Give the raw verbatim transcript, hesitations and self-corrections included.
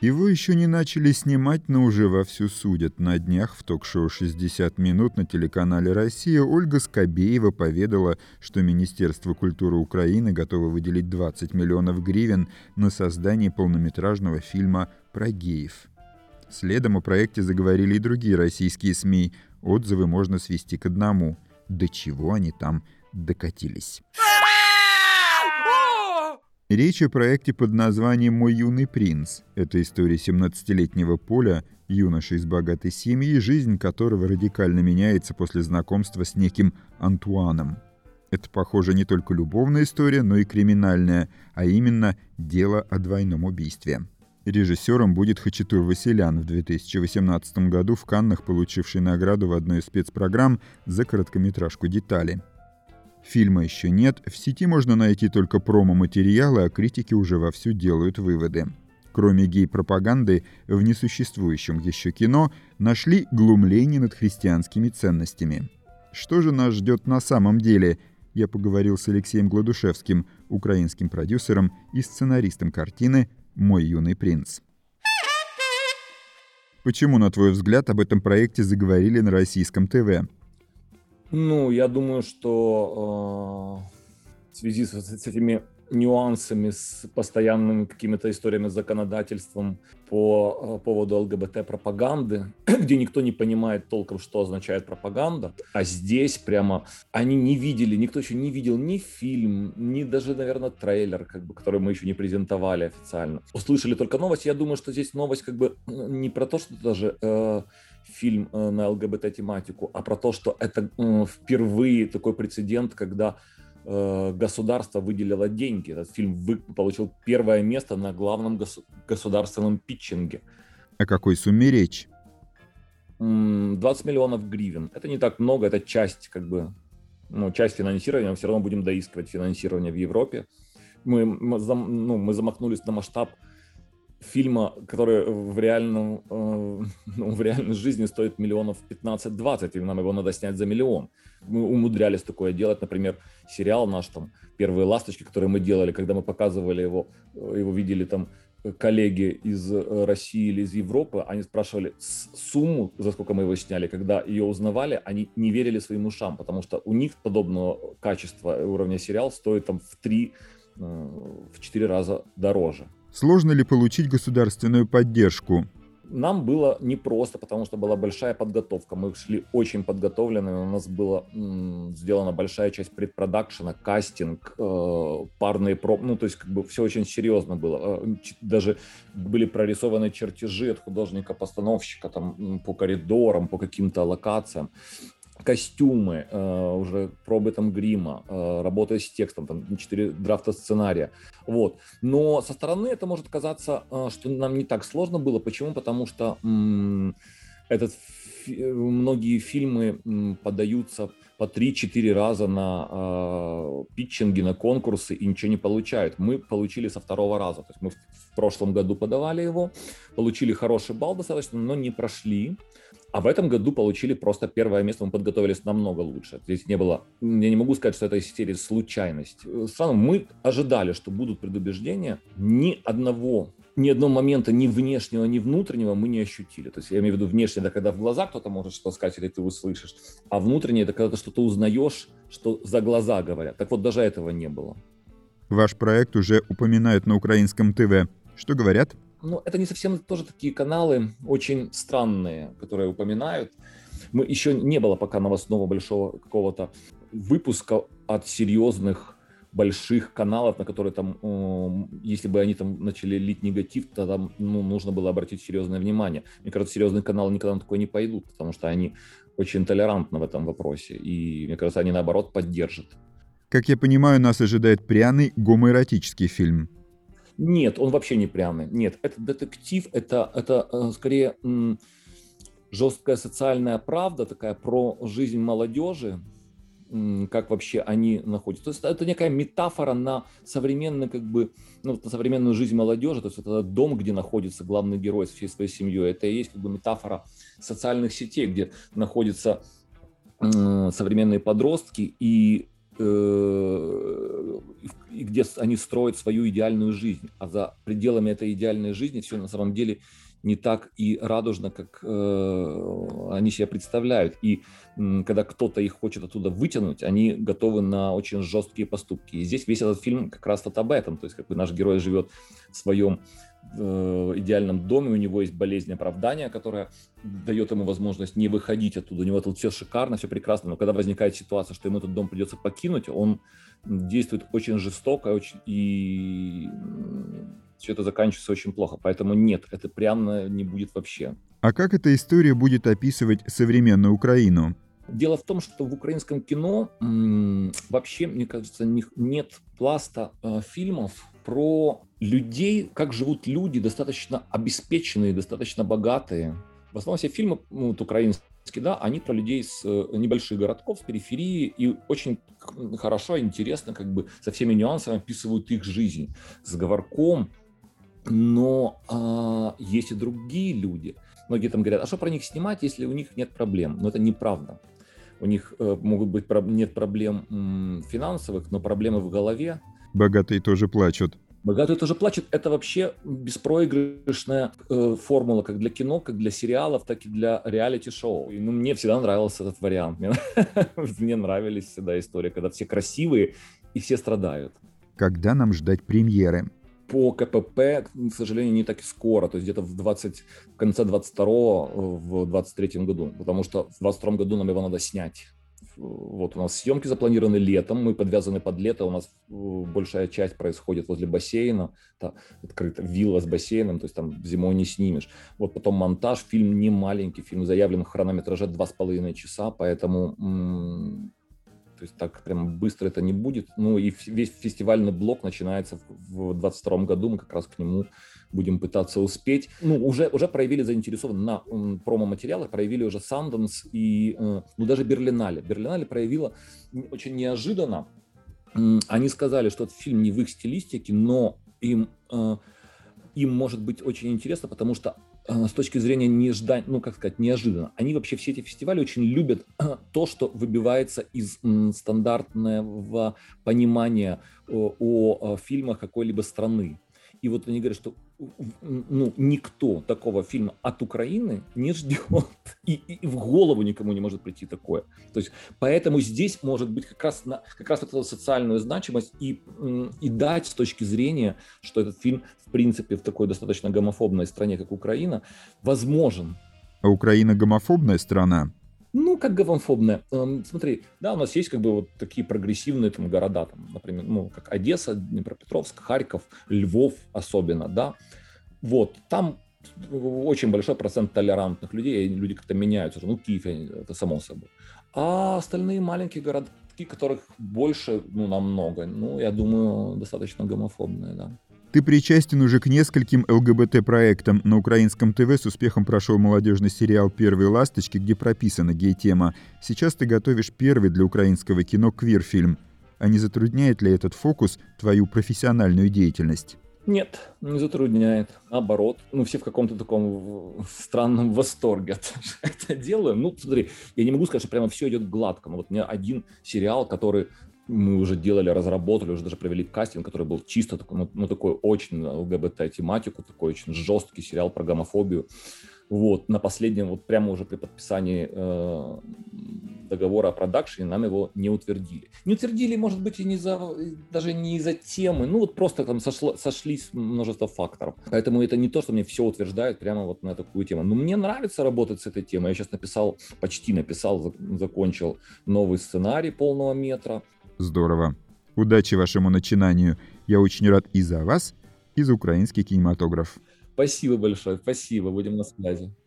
Его еще не начали снимать, но уже вовсю судят. На днях в ток-шоу «шестьдесят минут» на телеканале «Россия» Ольга Скобеева поведала, что Министерство культуры Украины готово выделить двадцать миллионов гривен на создание полнометражного фильма про геев. Следом о проекте заговорили и другие российские СМИ. Отзывы можно свести к одному. До чего они там докатились? Речь о проекте под названием «Мой юный принц». Это история семнадцатилетнего Поля, юноши из богатой семьи, жизнь которого радикально меняется после знакомства с неким Антуаном. Это, похоже, не только любовная история, но и криминальная, а именно дело о двойном убийстве. Режиссером будет Хачатур Василян, в две тысячи восемнадцатом году в Каннах получивший награду в одной из спецпрограмм за короткометражку «Детали». Фильма еще нет, в сети можно найти только промо-материалы, а критики уже вовсю делают выводы. Кроме гей-пропаганды, в несуществующем еще кино нашли глумление над христианскими ценностями. Что же нас ждет на самом деле? Я поговорил с Алексеем Гладушевским, украинским продюсером и сценаристом картины «Мой юный принц». Почему, на твой взгляд, об этом проекте заговорили на российском ТВ? Ну, я думаю, что э, в связи с, с этими нюансами, с постоянными какими-то историями с законодательством по э, поводу ЛГБТ-пропаганды, где никто не понимает толком, что означает пропаганда, а здесь прямо они не видели, никто еще не видел ни фильм, ни даже, наверное, трейлер, как бы, который мы еще не презентовали официально. Услышали только новость. Я думаю, что здесь новость как бы не про то, что даже... Э, фильм э, на ЛГБТ-тематику, а про то, что это э, впервые такой прецедент, когда э, государство выделило деньги. Этот фильм вы, получил первое место на главном гос- государственном питчинге. О какой сумме речь? двадцать миллионов гривен. Это не так много, это часть, как бы, ну, часть финансирования, мы все равно будем доискивать финансирование в Европе. Мы, мы, зам, ну, мы замахнулись на масштаб фильма, который в, реальном, э, ну, в реальной жизни стоит миллионов пятнадцать-двадцать, и нам его надо снять за миллион. Мы умудрялись такое делать, например, сериал наш, там, «Первые ласточки», который мы делали, когда мы показывали его, его видели там коллеги из России или из Европы, они спрашивали сумму, за сколько мы его сняли, когда ее узнавали, они не верили своим ушам, потому что у них подобного качества уровня сериал стоит там в три, в четыре раза дороже. Сложно ли получить государственную поддержку? Нам было непросто, потому что была большая подготовка. Мы шли очень подготовленными. У нас была м, сделана большая часть предпродакшена, кастинг, э, парные пробы. Ну, то есть, как бы все очень серьезно было. Даже были прорисованы чертежи от художника-постановщика там, по коридорам, по каким-то локациям. Костюмы, э, уже пробы там грима, э, работа с текстом, там четыре драфта сценария. Вот. Но со стороны это может казаться, э, что нам не так сложно было. Почему? Потому что м- этот, фи- многие фильмы м, подаются по три-четыре раза на э, питчинги, на конкурсы и ничего не получают. Мы получили со второго раза. То есть мы в, в прошлом году подавали его, получили хороший балл достаточно, но не прошли. А в этом году получили просто первое место, мы подготовились намного лучше. Здесь не было, я не могу сказать, что это из серии случайность. Сразу мы ожидали, что будут предубеждения. Ни одного, ни одного момента, ни внешнего, ни внутреннего мы не ощутили. То есть я имею в виду внешнее, это когда в глаза кто-то может что-то сказать, или ты услышишь. А внутреннее, это когда ты что-то узнаешь, что за глаза говорят. Так вот, даже этого не было. Ваш проект уже упоминают на украинском ТВ. Что говорят? Ну, это не совсем тоже такие каналы, очень странные, которые упоминают. Мы, еще не было пока новостного большого какого-то выпуска от серьезных больших каналов, на которые там, э, если бы они там начали лить негатив, то там ну, нужно было обратить серьезное внимание. Мне кажется, серьезные каналы никогда на такое не пойдут, потому что они очень толерантны в этом вопросе. И, мне кажется, они, наоборот, поддержат. Как я понимаю, нас ожидает пряный гомоэротический фильм. Нет, он вообще не пряный. Нет, это детектив, это, это э, скорее м, жесткая социальная правда, такая про жизнь молодежи, м, как вообще они находятся. То есть это некая метафора на современную, как бы, ну, на современную жизнь молодежи. То есть это дом, где находится главный герой со всей своей семьей. Это и есть как бы метафора социальных сетей, где находятся э, современные подростки и, э, и где они строят свою идеальную жизнь. А за пределами этой идеальной жизни все на самом деле не так и радужно, как э, они себя представляют. И э, когда кто-то их хочет оттуда вытянуть, они готовы на очень жесткие поступки. И здесь весь этот фильм как раз вот об этом. То есть как бы наш герой живет в своем э, идеальном доме, у него есть болезнь оправдания, которая дает ему возможность не выходить оттуда. У него тут все шикарно, все прекрасно. Но когда возникает ситуация, что ему этот дом придется покинуть, он действует очень жестоко очень, и все это заканчивается очень плохо. Поэтому нет, это прямо не будет вообще. А как эта история будет описывать современную Украину? Дело в том, что в украинском кино м, вообще, мне кажется, не, нет пласта э, фильмов про людей, как живут люди, достаточно обеспеченные, достаточно богатые. В основном все фильмы ну, вот, украинские, да, они про людей с э, небольших городков, с периферии, и очень хорошо, интересно, как бы со всеми нюансами описывают их жизнь, с говорком. Но а, есть и другие люди. Многие там говорят, а что про них снимать, если у них нет проблем? Но это неправда. У них э, могут быть нет проблем м, финансовых, но проблемы в голове. Богатые тоже плачут. Богатые тоже плачут. Это вообще беспроигрышная э, формула как для кино, как для сериалов, так и для реалити-шоу. И, ну, мне всегда нравился этот вариант. Мне, мне нравились всегда истории, когда все красивые и все страдают. Когда нам ждать премьеры? По КПП, к сожалению, не так и скоро, то есть где-то в, двадцать, в конце двадцать второго, в двадцать третьем году, потому что в двадцать втором году нам его надо снять. Вот у нас съемки запланированы летом, мы подвязаны под лето, у нас большая часть происходит возле бассейна, открыта вилла с бассейном, то есть там зимой не снимешь. Вот потом монтаж, фильм не маленький, фильм заявлен в хронометраже два с половиной часа, поэтому... М- То есть так прям быстро это не будет. Ну и весь фестивальный блок начинается в двадцать втором году. Мы как раз к нему будем пытаться успеть. Ну, уже, уже проявили заинтересованность на м, промо-материалах, проявили уже Sundance и э, ну, даже Берлинале. Берлинале проявила очень неожиданно. М, они сказали, что этот фильм не в их стилистике, но им, э, им может быть очень интересно, потому что с точки зрения неждан... ну, как сказать, неожиданно. Они вообще все эти фестивали очень любят то, что выбивается из м, стандартного понимания о, о фильмах какой-либо страны. И вот они говорят, что ну, никто такого фильма от Украины не ждет. И, и в голову никому не может прийти такое. То есть, поэтому здесь может быть как раз, на, как раз эту социальную значимость и, и дать с точки зрения, что этот фильм, в принципе, в такой достаточно гомофобной стране, как Украина, возможен. А Украина гомофобная страна? Ну, как гомофобная. Эм, смотри, да, у нас есть как бы вот такие прогрессивные там города, там, например, ну, как Одесса, Днепропетровск, Харьков, Львов особенно, да. Вот, там очень большой процент толерантных людей, и люди как-то меняются, ну, Киев, это само собой. А остальные маленькие городки, которых больше, ну, намного, ну, я думаю, достаточно гомофобные, да. Ты причастен уже к нескольким ЛГБТ-проектам. На украинском ТВ с успехом прошел молодежный сериал «Первые ласточки», где прописана гей-тема. Сейчас ты готовишь первый для украинского кино квир-фильм. А не затрудняет ли этот фокус твою профессиональную деятельность? Нет, не затрудняет. Наоборот. Ну, все в каком-то таком странном восторге от того, что это делаем. Ну, смотри, я не могу сказать, что прямо все идет гладко. Но вот у меня один сериал, который... мы уже делали, разработали, уже даже провели кастинг, который был чисто такой, ну, ну такой очень ЛГБТ-тематику, такой очень жесткий сериал про гомофобию. Вот, на последнем, вот прямо уже при подписании э, договора о продакшене нам его не утвердили. Не утвердили, может быть, и не за, даже не из-за темы, ну вот просто там сошло, сошлись множество факторов. Поэтому это не то, что мне все утверждают прямо вот на такую тему. Но мне нравится работать с этой темой. Я сейчас написал, почти написал, закончил новый сценарий полного метра. Здорово. Удачи вашему начинанию. Я очень рад и за вас, и за украинский кинематограф. Спасибо большое, спасибо, будем на связи.